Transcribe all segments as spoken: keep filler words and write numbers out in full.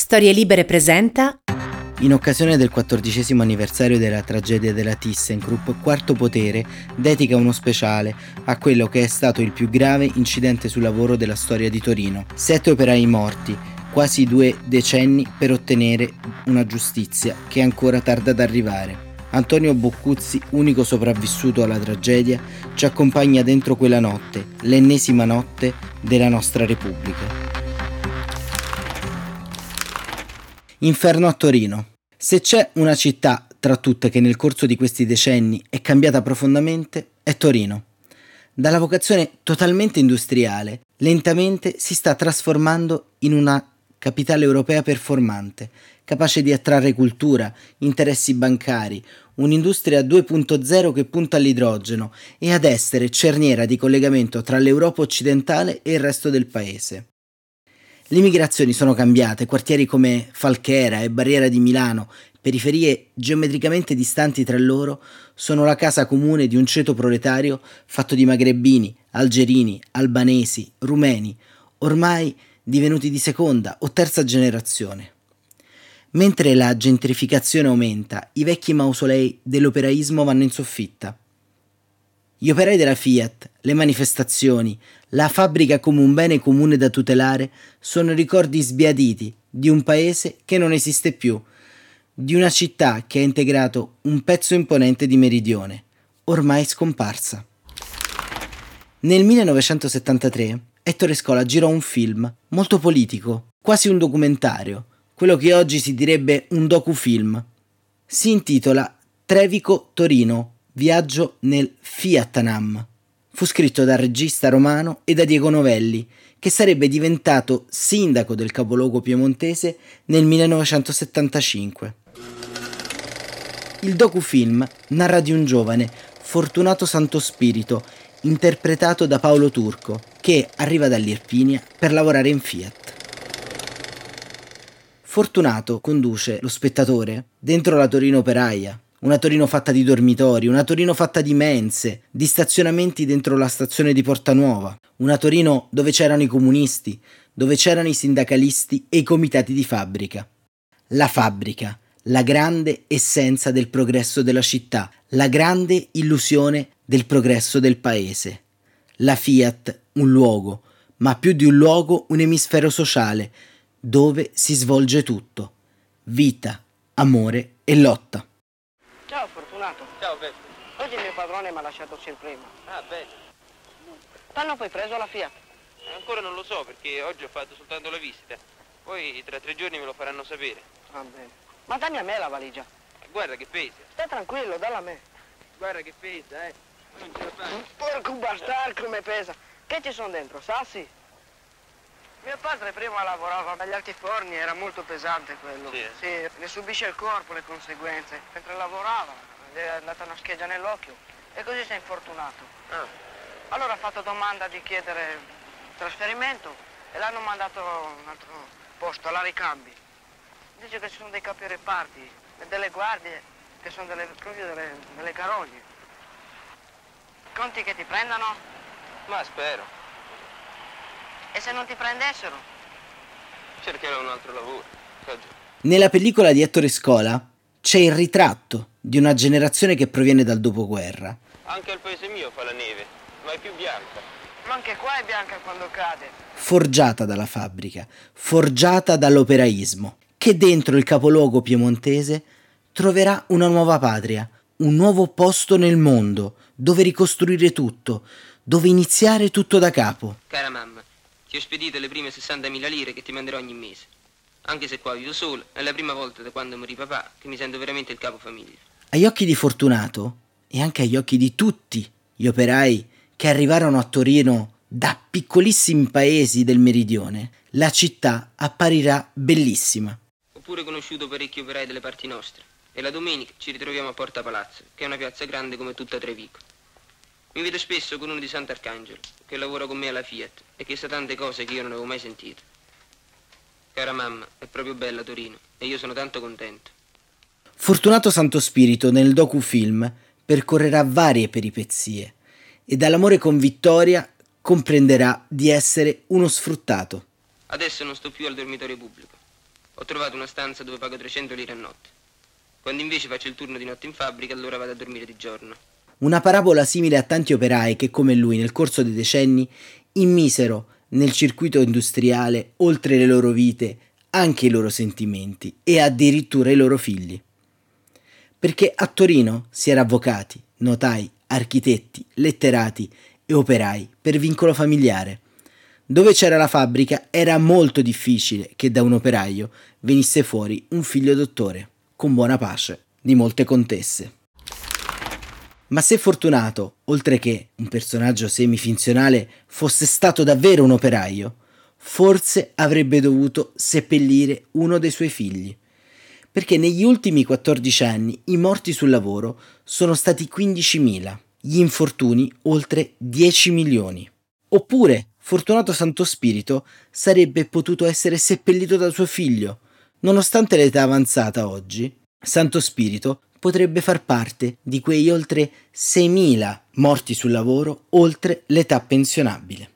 Storie Libere presenta. In occasione del quattordicesimo anniversario della tragedia della ThyssenKrupp, Quarto Potere dedica uno speciale a quello che è stato il più grave incidente sul lavoro della storia di Torino. Sette operai morti, quasi due decenni per ottenere una giustizia che ancora tarda ad arrivare. Antonio Boccuzzi, unico sopravvissuto alla tragedia, ci accompagna dentro quella notte, l'ennesima notte della nostra Repubblica. Inferno a Torino. Se c'è una città tra tutte che nel corso di questi decenni è cambiata profondamente, è Torino. Dalla vocazione totalmente industriale, lentamente si sta trasformando in una capitale europea performante, capace di attrarre cultura, interessi bancari, un'industria due punto zero che punta all'idrogeno e ad essere cerniera di collegamento tra l'Europa occidentale e il resto del paese. Le migrazioni sono cambiate, quartieri come Falchera e Barriera di Milano, periferie geometricamente distanti tra loro, sono la casa comune di un ceto proletario fatto di magrebini, algerini, albanesi, rumeni, ormai divenuti di seconda o terza generazione. Mentre la gentrificazione aumenta, i vecchi mausolei dell'operaismo vanno in soffitta. Gli operai della Fiat, le manifestazioni, la fabbrica come un bene comune da tutelare sono ricordi sbiaditi di un paese che non esiste più, di una città che ha integrato un pezzo imponente di meridione, ormai scomparsa. Nel millenovecentosettantatré Ettore Scola girò un film molto politico, quasi un documentario, quello che oggi si direbbe un docufilm. Si intitola Trevico Torino, viaggio nel Fiatnam. Fu scritto dal regista romano e da Diego Novelli, che sarebbe diventato sindaco del capoluogo piemontese nel millenovecentosettantacinque. Il docufilm narra di un giovane, Fortunato Santospirito, interpretato da Paolo Turco, che arriva dall'Irpinia per lavorare in Fiat. Fortunato conduce lo spettatore dentro la Torino operaia, una Torino fatta di dormitori, una Torino fatta di mense, di stazionamenti dentro la stazione di Porta Nuova, una Torino dove c'erano i comunisti, dove c'erano i sindacalisti e i comitati di fabbrica. La fabbrica, la grande essenza del progresso della città, la grande illusione del progresso del paese. La Fiat, un luogo, ma più di un luogo, un emisfero sociale, dove si svolge tutto. Vita, amore e lotta. Ciao Fortunato. Ciao Beppe. Oggi il mio padrone mi ha lasciato il prima. Ah, bene. T'hanno poi preso la Fiat? Ancora non lo so perché oggi ho fatto soltanto la visita. Poi tra tre giorni me lo faranno sapere. Va bene. Ma dammi a me la valigia. Guarda che pesa. Stai tranquillo, dalla a me. Guarda che pesa, eh. Non ce la fai. Porco bastardo come pesa. Che ci sono dentro, sassi? Mio padre prima lavorava agli altiforni, era molto pesante quello. Sì. Sì, ne subisce il corpo le conseguenze. Mentre lavorava, gli è andata una scheggia nell'occhio e così si è infortunato. Ah. Allora ha fatto domanda di chiedere trasferimento e l'hanno mandato a un altro posto, alla Ricambi. Dice che ci sono dei capi reparti e delle guardie che sono delle, proprio delle, delle carogne. Conti che ti prendano? Ma spero. E se non ti prendessero? Cercherò un altro lavoro. So già. Nella pellicola di Ettore Scola c'è il ritratto di una generazione che proviene dal dopoguerra. Anche al paese mio fa la neve, ma è più bianca. Ma anche qua è bianca quando cade. Forgiata dalla fabbrica, forgiata dall'operaismo, che dentro il capoluogo piemontese troverà una nuova patria, un nuovo posto nel mondo, dove ricostruire tutto, dove iniziare tutto da capo. Cara mamma, ti ho spedito le prime sessantamila lire che ti manderò ogni mese. Anche se qua vivo solo, è la prima volta da quando morì papà che mi sento veramente il capofamiglia. Agli occhi di Fortunato, e anche agli occhi di tutti gli operai che arrivarono a Torino da piccolissimi paesi del meridione, la città apparirà bellissima. Ho pure conosciuto parecchi operai delle parti nostre e la domenica ci ritroviamo a Porta Palazzo, che è una piazza grande come tutta Trevico. Mi vedo spesso con uno di Sant'Arcangelo, che lavora con me alla Fiat e che sa tante cose che io non avevo mai sentito. Cara mamma, è proprio bella Torino e io sono tanto contento. Fortunato Santospirito nel docufilm percorrerà varie peripezie e dall'amore con Vittoria comprenderà di essere uno sfruttato. Adesso non sto più al dormitorio pubblico. Ho trovato una stanza dove pago trecento lire a notte. Quando invece faccio il turno di notte in fabbrica, allora vado a dormire di giorno. Una parabola simile a tanti operai che, come lui, nel corso dei decenni, immisero nel circuito industriale, oltre le loro vite, anche i loro sentimenti e addirittura i loro figli. Perché a Torino si era avvocati, notai, architetti, letterati e operai per vincolo familiare. Dove c'era la fabbrica era molto difficile che da un operaio venisse fuori un figlio dottore, con buona pace di molte contesse. Ma se Fortunato, oltre che un personaggio semifinzionale, fosse stato davvero un operaio, forse avrebbe dovuto seppellire uno dei suoi figli, perché negli ultimi quattordici anni i morti sul lavoro sono stati quindicimila, gli infortuni oltre dieci milioni. Oppure Fortunato Santo Spirito sarebbe potuto essere seppellito da suo figlio. Nonostante l'età avanzata oggi, Santo Spirito potrebbe far parte di quei oltre seimila morti sul lavoro oltre l'età pensionabile.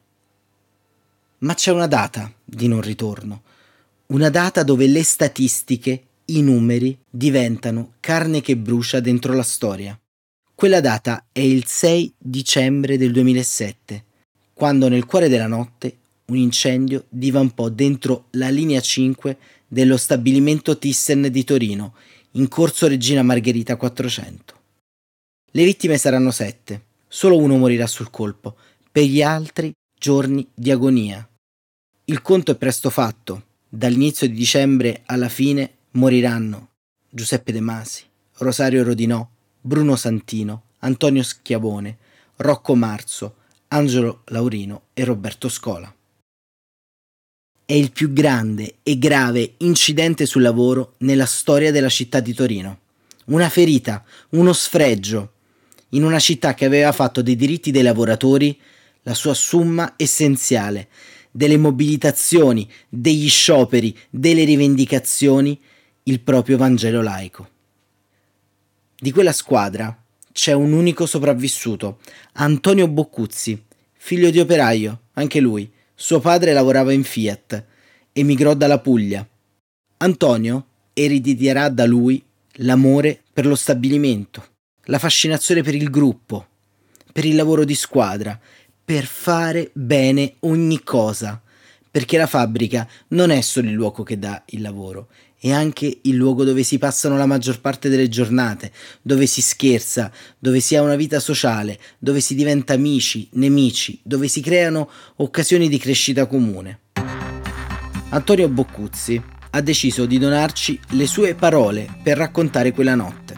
Ma c'è una data di non ritorno, una data dove le statistiche, i numeri diventano carne che brucia dentro la storia. Quella data è il sei dicembre del duemilasette, quando nel cuore della notte un incendio divampò dentro la linea cinque dello stabilimento Thyssen di Torino, in corso Regina Margherita quattrocento. Le vittime saranno sette, solo uno morirà sul colpo, per gli altri giorni di agonia. Il conto è presto fatto, dall'inizio di dicembre alla fine moriranno Giuseppe De Masi, Rosario Rodinò, Bruno Santino, Antonio Schiavone, Rocco Marzo, Angelo Laurino e Roberto Scola. È il più grande e grave incidente sul lavoro nella storia della città di Torino. Una ferita, uno sfregio, in una città che aveva fatto dei diritti dei lavoratori la sua summa essenziale, delle mobilitazioni, degli scioperi, delle rivendicazioni, il proprio Vangelo laico. Di quella squadra c'è un unico sopravvissuto, Antonio Boccuzzi, figlio di operaio, anche lui. Suo padre lavorava in Fiat, emigrò dalla Puglia. Antonio erediterà da lui l'amore per lo stabilimento, la fascinazione per il gruppo, per il lavoro di squadra, per fare bene ogni cosa, perché la fabbrica non è solo il luogo che dà il lavoro, è anche il luogo dove si passano la maggior parte delle giornate, dove si scherza, dove si ha una vita sociale, dove si diventa amici, nemici, dove si creano occasioni di crescita comune. Antonio Boccuzzi ha deciso di donarci le sue parole per raccontare quella notte.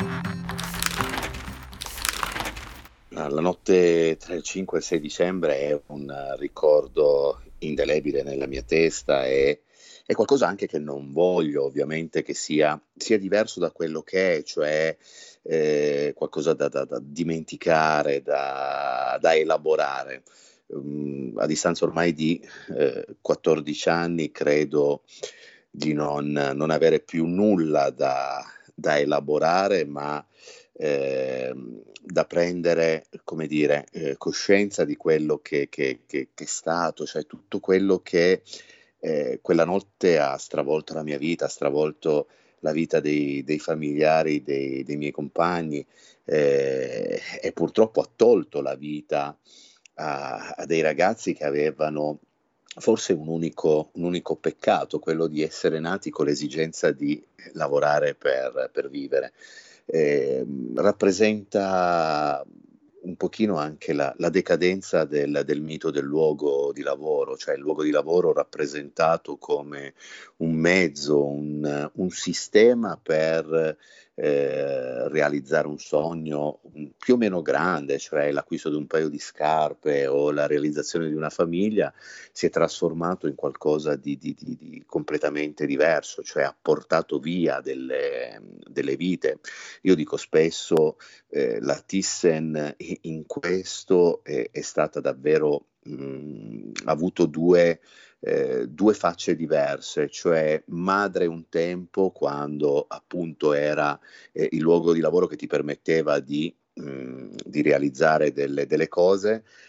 La notte tra il cinque e il sei dicembre è un ricordo indelebile nella mia testa e è qualcosa anche che non voglio ovviamente che sia, sia diverso da quello che è, cioè eh, qualcosa da, da, da dimenticare, da, da elaborare. Um, a distanza ormai di eh, quattordici anni credo di non, non avere più nulla da, da elaborare, ma eh, da prendere, come dire, eh, coscienza di quello che, che, che, che è stato, cioè tutto quello che eh, quella notte ha stravolto la mia vita, ha stravolto la vita dei, dei familiari, dei, dei miei compagni eh, e purtroppo ha tolto la vita a, a dei ragazzi che avevano forse un unico, un unico peccato, quello di essere nati con l'esigenza di lavorare per, per vivere. Eh, rappresenta un pochino anche la, la decadenza del, del mito del luogo di lavoro, cioè il luogo di lavoro rappresentato come un mezzo, un, un sistema per eh, realizzare un sogno più o meno grande, cioè l'acquisto di un paio di scarpe o la realizzazione di una famiglia, si è trasformato in qualcosa di, di, di, di completamente diverso, cioè ha portato via delle, delle vite. Io dico spesso eh, la Thyssen in questo è, è stata davvero, mh, ha avuto due, eh, due facce diverse, cioè madre un tempo quando appunto era eh, il luogo di lavoro che ti permetteva di, mh, di realizzare delle, delle cose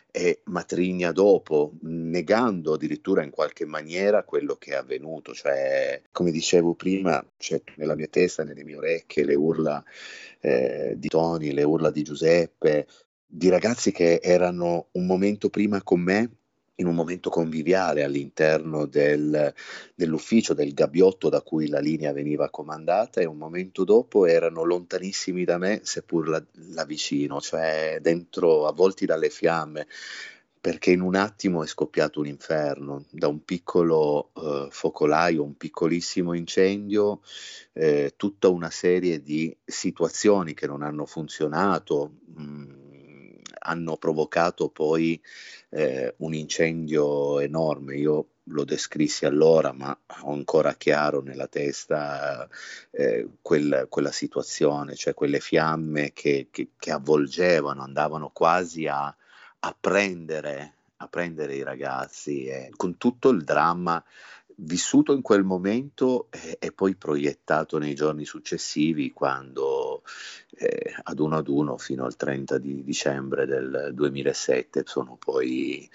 e matrigna dopo, negando addirittura in qualche maniera quello che è avvenuto. Cioè, come dicevo prima, c'è nella mia testa, nelle mie orecchie, le urla eh, di Tony, le urla di Giuseppe, di ragazzi che erano un momento prima con me, in un momento conviviale all'interno del, dell'ufficio, del gabbiotto da cui la linea veniva comandata, e un momento dopo erano lontanissimi da me, seppur là, là vicino, cioè dentro, avvolti dalle fiamme, perché in un attimo è scoppiato un inferno, da un piccolo eh, focolaio, un piccolissimo incendio, eh, tutta una serie di situazioni che non hanno funzionato, mh, hanno provocato poi eh, un incendio enorme. Io lo descrissi allora, ma ho ancora chiaro nella testa eh, quel, quella situazione, cioè quelle fiamme che, che, che avvolgevano, andavano quasi a, a prendere, a prendere i ragazzi, eh, con tutto il dramma vissuto in quel momento e, e poi proiettato nei giorni successivi, quando eh, ad uno ad uno fino al trenta di dicembre del duemilasette sono poi,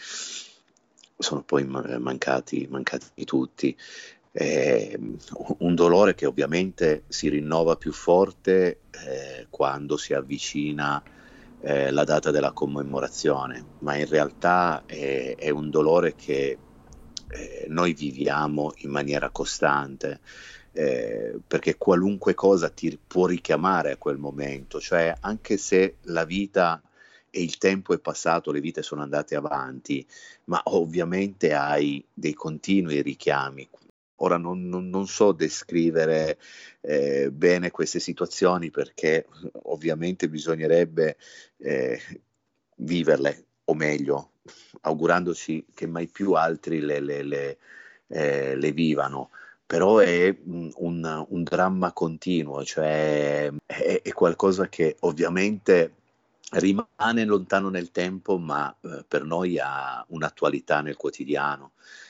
sono poi mancati, mancati tutti. Eh, un dolore che ovviamente si rinnova più forte eh, quando si avvicina eh, la data della commemorazione, ma in realtà è, è un dolore che eh, noi viviamo in maniera costante, eh, perché qualunque cosa ti può richiamare a quel momento, cioè anche se la vita e il tempo è passato, le vite sono andate avanti, ma ovviamente hai dei continui richiami. Ora non, non, non so descrivere eh, bene queste situazioni, perché ovviamente bisognerebbe eh, viverle, o meglio, augurandoci che mai più altri le, le, le, eh, le vivano. Però è un, un dramma continuo, cioè è, è qualcosa che ovviamente rimane lontano nel tempo, ma eh, per noi ha un'attualità nel quotidiano.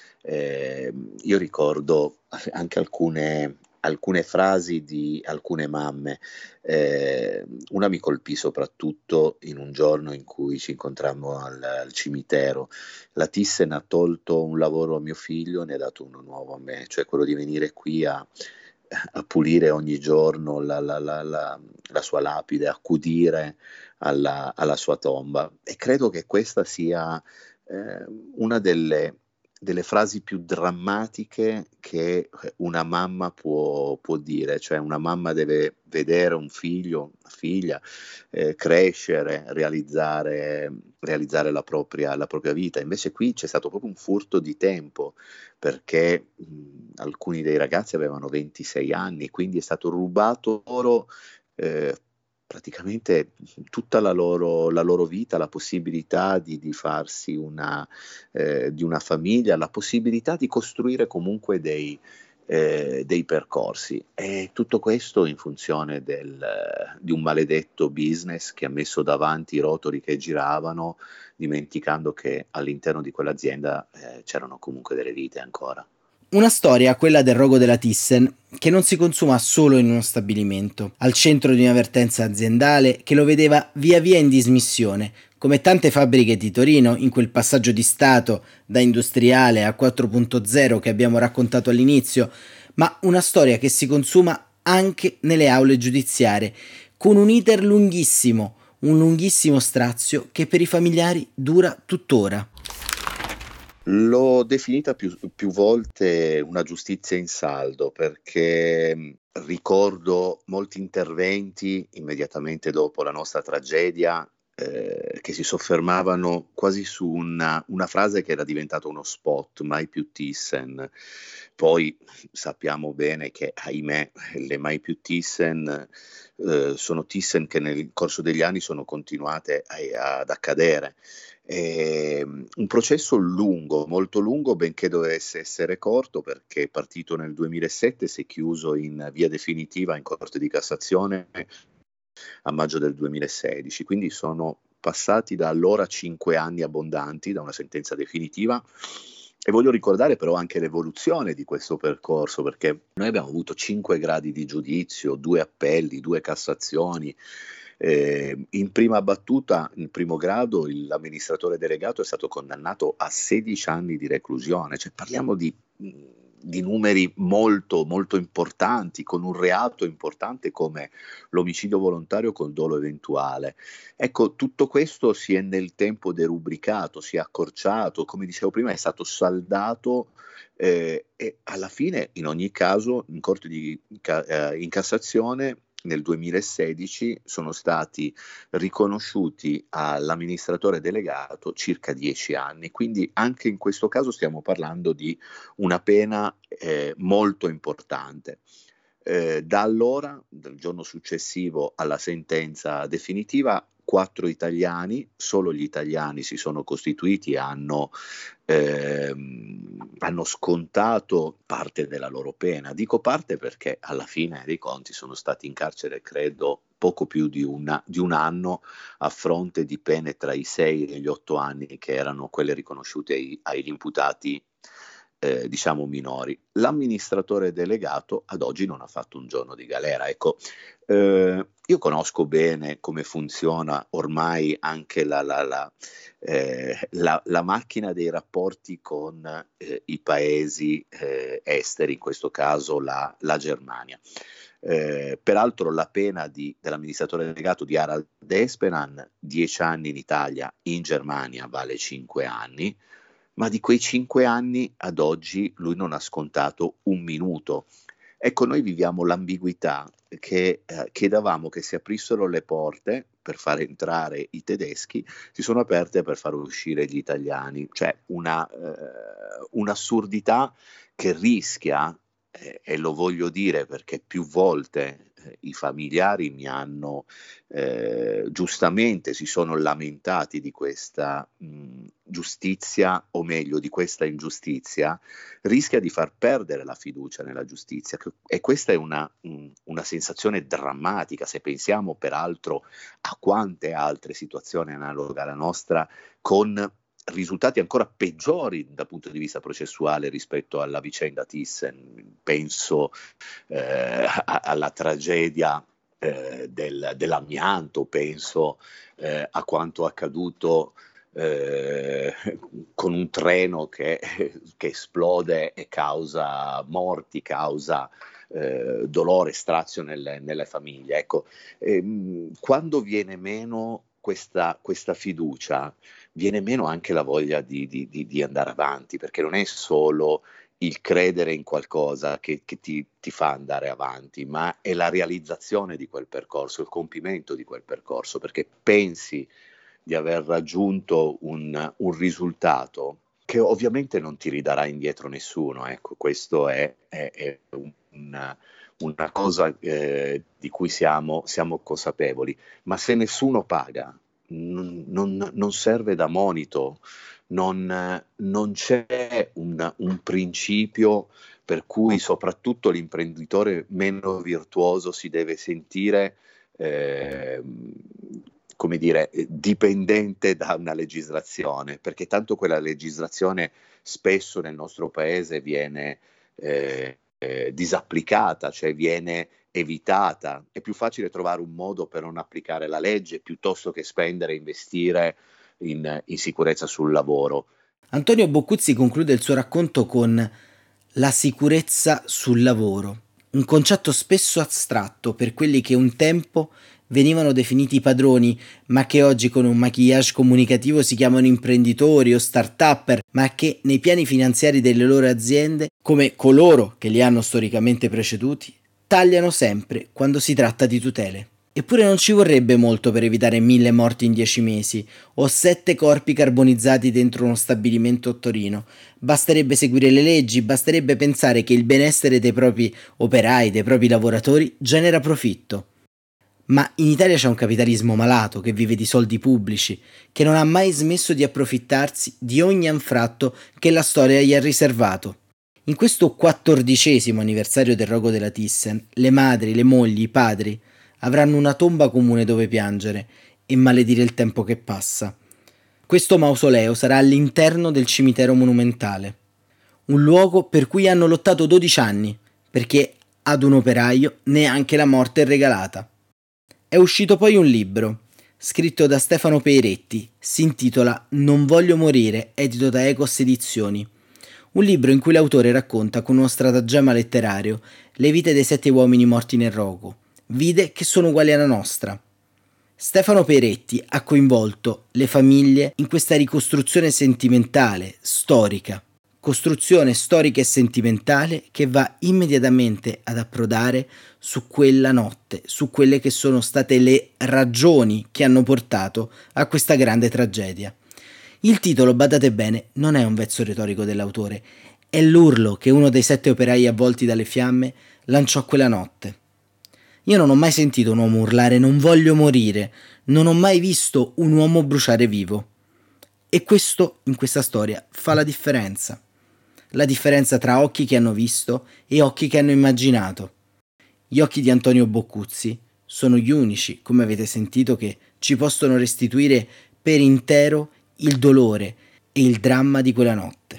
Eh, io ricordo anche alcune, alcune frasi di alcune mamme. Eh, una mi colpì soprattutto in un giorno in cui ci incontrammo al, al cimitero. La Thyssen ha tolto un lavoro a mio figlio, ne ha dato uno nuovo a me, cioè quello di venire qui a, a pulire ogni giorno la, la, la, la, la sua lapide, accudire alla, alla sua tomba. E credo che questa sia eh, una delle delle frasi più drammatiche che una mamma può, può dire. Cioè una mamma deve vedere un figlio, una figlia eh, crescere, realizzare, realizzare la propria, la propria vita. Invece qui c'è stato proprio un furto di tempo, perché mh, alcuni dei ragazzi avevano ventisei anni, quindi è stato rubato loro eh, praticamente tutta la loro, la loro vita, la possibilità di, di farsi una, eh, di una famiglia, la possibilità di costruire comunque dei, eh, dei percorsi, e tutto questo in funzione del, di un maledetto business che ha messo davanti i rotoli che giravano, dimenticando che all'interno di quell'azienda eh, c'erano comunque delle vite ancora. Una storia, quella del rogo della Thyssen, che non si consuma solo in uno stabilimento, al centro di una vertenza aziendale che lo vedeva via via in dismissione, come tante fabbriche di Torino in quel passaggio di stato da industriale a quattro punto zero che abbiamo raccontato all'inizio, ma una storia che si consuma anche nelle aule giudiziarie, con un iter lunghissimo, un lunghissimo strazio che per i familiari dura tuttora. L'ho definita più, più volte una giustizia in saldo, perché ricordo molti interventi immediatamente dopo la nostra tragedia eh, che si soffermavano quasi su una, una frase che era diventata uno spot: mai più Thyssen. Poi sappiamo bene che, ahimè, le mai più Thyssen eh, sono Thyssen che nel corso degli anni sono continuate a, ad accadere. Eh, un processo lungo, molto lungo, benché dovesse essere corto, perché è partito nel duemilasette, si è chiuso in via definitiva in Corte di Cassazione a maggio del duemilasedici, quindi sono passati da allora cinque anni abbondanti da una sentenza definitiva. E voglio ricordare però anche l'evoluzione di questo percorso, perché noi abbiamo avuto cinque gradi di giudizio, due appelli, due cassazioni, Eh, in prima battuta, in primo grado, il- l'amministratore delegato è stato condannato a sedici anni di reclusione, cioè parliamo di, di numeri molto, molto importanti, con un reato importante come l'omicidio volontario col dolo eventuale. Ecco, tutto questo si è nel tempo derubricato, si è accorciato, come dicevo prima, è stato saldato eh, e alla fine, in ogni caso, in Corte di ca- eh, in Cassazione nel duemilasedici sono stati riconosciuti all'amministratore delegato circa dieci anni, quindi anche in questo caso stiamo parlando di una pena eh, molto importante. Eh, da allora, dal giorno successivo alla sentenza definitiva, quattro italiani, solo gli italiani si sono costituiti e hanno, ehm, hanno scontato parte della loro pena. Dico parte perché alla fine dei conti sono stati in carcere, credo, poco più di, una, di un anno a fronte di pene tra i sei e gli otto anni che erano quelle riconosciute ai, agli imputati eh, diciamo minori. L'amministratore delegato ad oggi non ha fatto un giorno di galera. Ecco, eh, io conosco bene come funziona ormai anche la, la, la, eh, la, la macchina dei rapporti con eh, i paesi eh, esteri, in questo caso la, la Germania. Eh, peraltro la pena di, dell'amministratore delegato di Harald Espenan, dieci anni in Italia, in Germania vale cinque anni, ma di quei cinque anni ad oggi lui non ha scontato un minuto. Ecco, noi viviamo l'ambiguità che eh, chiedevamo che si aprissero le porte per far entrare i tedeschi, si sono aperte per far uscire gli italiani, cioè una, eh, un'assurdità che rischia, eh, e lo voglio dire perché più volte eh, i familiari mi hanno eh, giustamente si sono lamentati di questa mh, giustizia, o meglio di questa ingiustizia, rischia di far perdere la fiducia nella giustizia e questa è una, un, una sensazione drammatica se pensiamo peraltro a quante altre situazioni analoghe alla nostra con risultati ancora peggiori dal punto di vista processuale rispetto alla vicenda Thyssen. Penso eh, a, alla tragedia eh, del, dell'amianto, penso eh, a quanto accaduto eh, con un treno che, che esplode e causa morti, causa eh, dolore, strazio nelle, nelle famiglie. Ecco, ehm, quando viene meno questa, questa fiducia, viene meno anche la voglia di, di, di, di andare avanti, perché non è solo il credere in qualcosa che, che ti, ti fa andare avanti, ma è la realizzazione di quel percorso, il compimento di quel percorso, perché pensi di aver raggiunto un, un risultato che ovviamente non ti ridarà indietro nessuno. Ecco, questo è, è, è una, una cosa eh, di cui siamo, siamo consapevoli, ma se nessuno paga, non, non, non serve da monito, non, non c'è un, un principio per cui soprattutto l'imprenditore meno virtuoso si deve sentire eh, come dire, dipendente da una legislazione, perché tanto quella legislazione spesso nel nostro paese viene eh, eh, disapplicata, cioè viene evitata. È più facile trovare un modo per non applicare la legge piuttosto che spendere e investire in, in sicurezza sul lavoro. Antonio Boccuzzi conclude il suo racconto con la sicurezza sul lavoro, un concetto spesso astratto per quelli che un tempo venivano definiti padroni, ma che oggi con un maquillage comunicativo si chiamano imprenditori o start-upper, ma che nei piani finanziari delle loro aziende, come coloro che li hanno storicamente preceduti, tagliano sempre quando si tratta di tutele. Eppure non ci vorrebbe molto per evitare mille morti in dieci mesi o sette corpi carbonizzati dentro uno stabilimento a Torino. Basterebbe seguire le leggi, basterebbe pensare che il benessere dei propri operai, dei propri lavoratori, genera profitto. Ma in Italia c'è un capitalismo malato che vive di soldi pubblici, che non ha mai smesso di approfittarsi di ogni anfratto che la storia gli ha riservato. In questo quattordicesimo anniversario del rogo della Thyssen, le madri, le mogli, i padri avranno una tomba comune dove piangere e maledire il tempo che passa. Questo mausoleo sarà all'interno del cimitero monumentale, un luogo per cui hanno lottato dodici anni, perché ad un operaio neanche la morte è regalata. È uscito poi un libro, scritto da Stefano Peiretti, si intitola Non voglio morire, edito da Ecos Edizioni. Un libro in cui l'autore racconta con uno stratagemma letterario le vite dei sette uomini morti nel rogo, vite che sono uguali alla nostra. Stefano Peiretti ha coinvolto le famiglie in questa ricostruzione sentimentale, storica. Costruzione storica e sentimentale che va immediatamente ad approdare su quella notte, su quelle che sono state le ragioni che hanno portato a questa grande tragedia. Il titolo, badate bene, non è un vezzo retorico dell'autore, è l'urlo che uno dei sette operai avvolti dalle fiamme lanciò quella notte. Io non ho mai sentito un uomo urlare non voglio morire, non ho mai visto un uomo bruciare vivo. E questo, in questa storia, fa la differenza. La differenza tra occhi che hanno visto e occhi che hanno immaginato. Gli occhi di Antonio Boccuzzi sono gli unici, come avete sentito, che ci possono restituire per intero il dolore e il dramma di quella notte.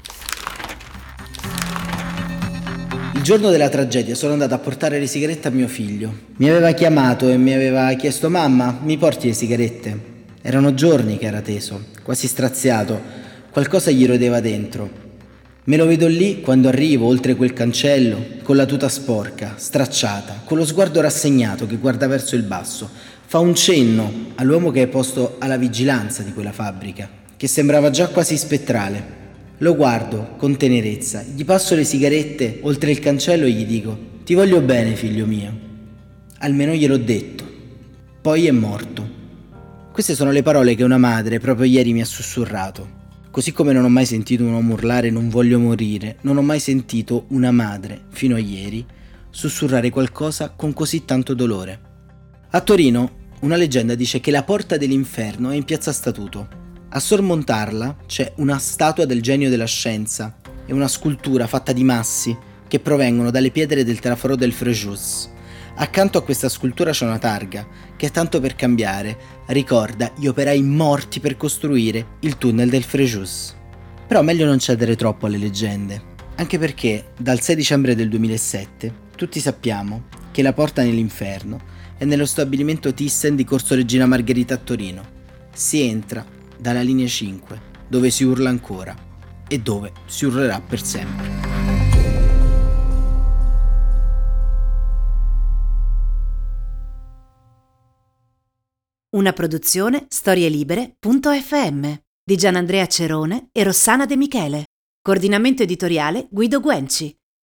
Il giorno della tragedia sono andato a portare le sigarette a mio figlio. Mi aveva chiamato e mi aveva chiesto mamma, mi porti le sigarette? Erano giorni che era teso, quasi straziato, qualcosa gli rodeva dentro. Me lo vedo lì quando arrivo oltre quel cancello, con la tuta sporca, stracciata, con lo sguardo rassegnato che guarda verso il basso. Fa un cenno all'uomo che è posto alla vigilanza di quella fabbrica, che sembrava già quasi spettrale. Lo guardo con tenerezza, gli passo le sigarette oltre il cancello e gli dico: ti voglio bene, figlio mio. Almeno gliel'ho detto. Poi è morto. Queste sono le parole che una madre proprio ieri mi ha sussurrato. Così come non ho mai sentito un uomo urlare non voglio morire, non ho mai sentito una madre, fino a ieri, sussurrare qualcosa con così tanto dolore. A Torino, una leggenda dice che la porta dell'inferno è in piazza Statuto. A sormontarla c'è una statua del genio della scienza e una scultura fatta di massi che provengono dalle pietre del traforo del Frejus. Accanto a questa scultura c'è una targa che, tanto per cambiare, ricorda gli operai morti per costruire il tunnel del Frejus. Però meglio non cedere troppo alle leggende, anche perché dal sei dicembre del duemilasette tutti sappiamo che la porta nell'inferno è nello stabilimento Thyssen di Corso Regina Margherita a Torino. Si entra dalla linea cinque, dove si urla ancora e dove si urlerà per sempre. Una produzione storielibere punto effe emme di Gianandrea Cerone e Rossana De Michele. Coordinamento editoriale Guido Guenci.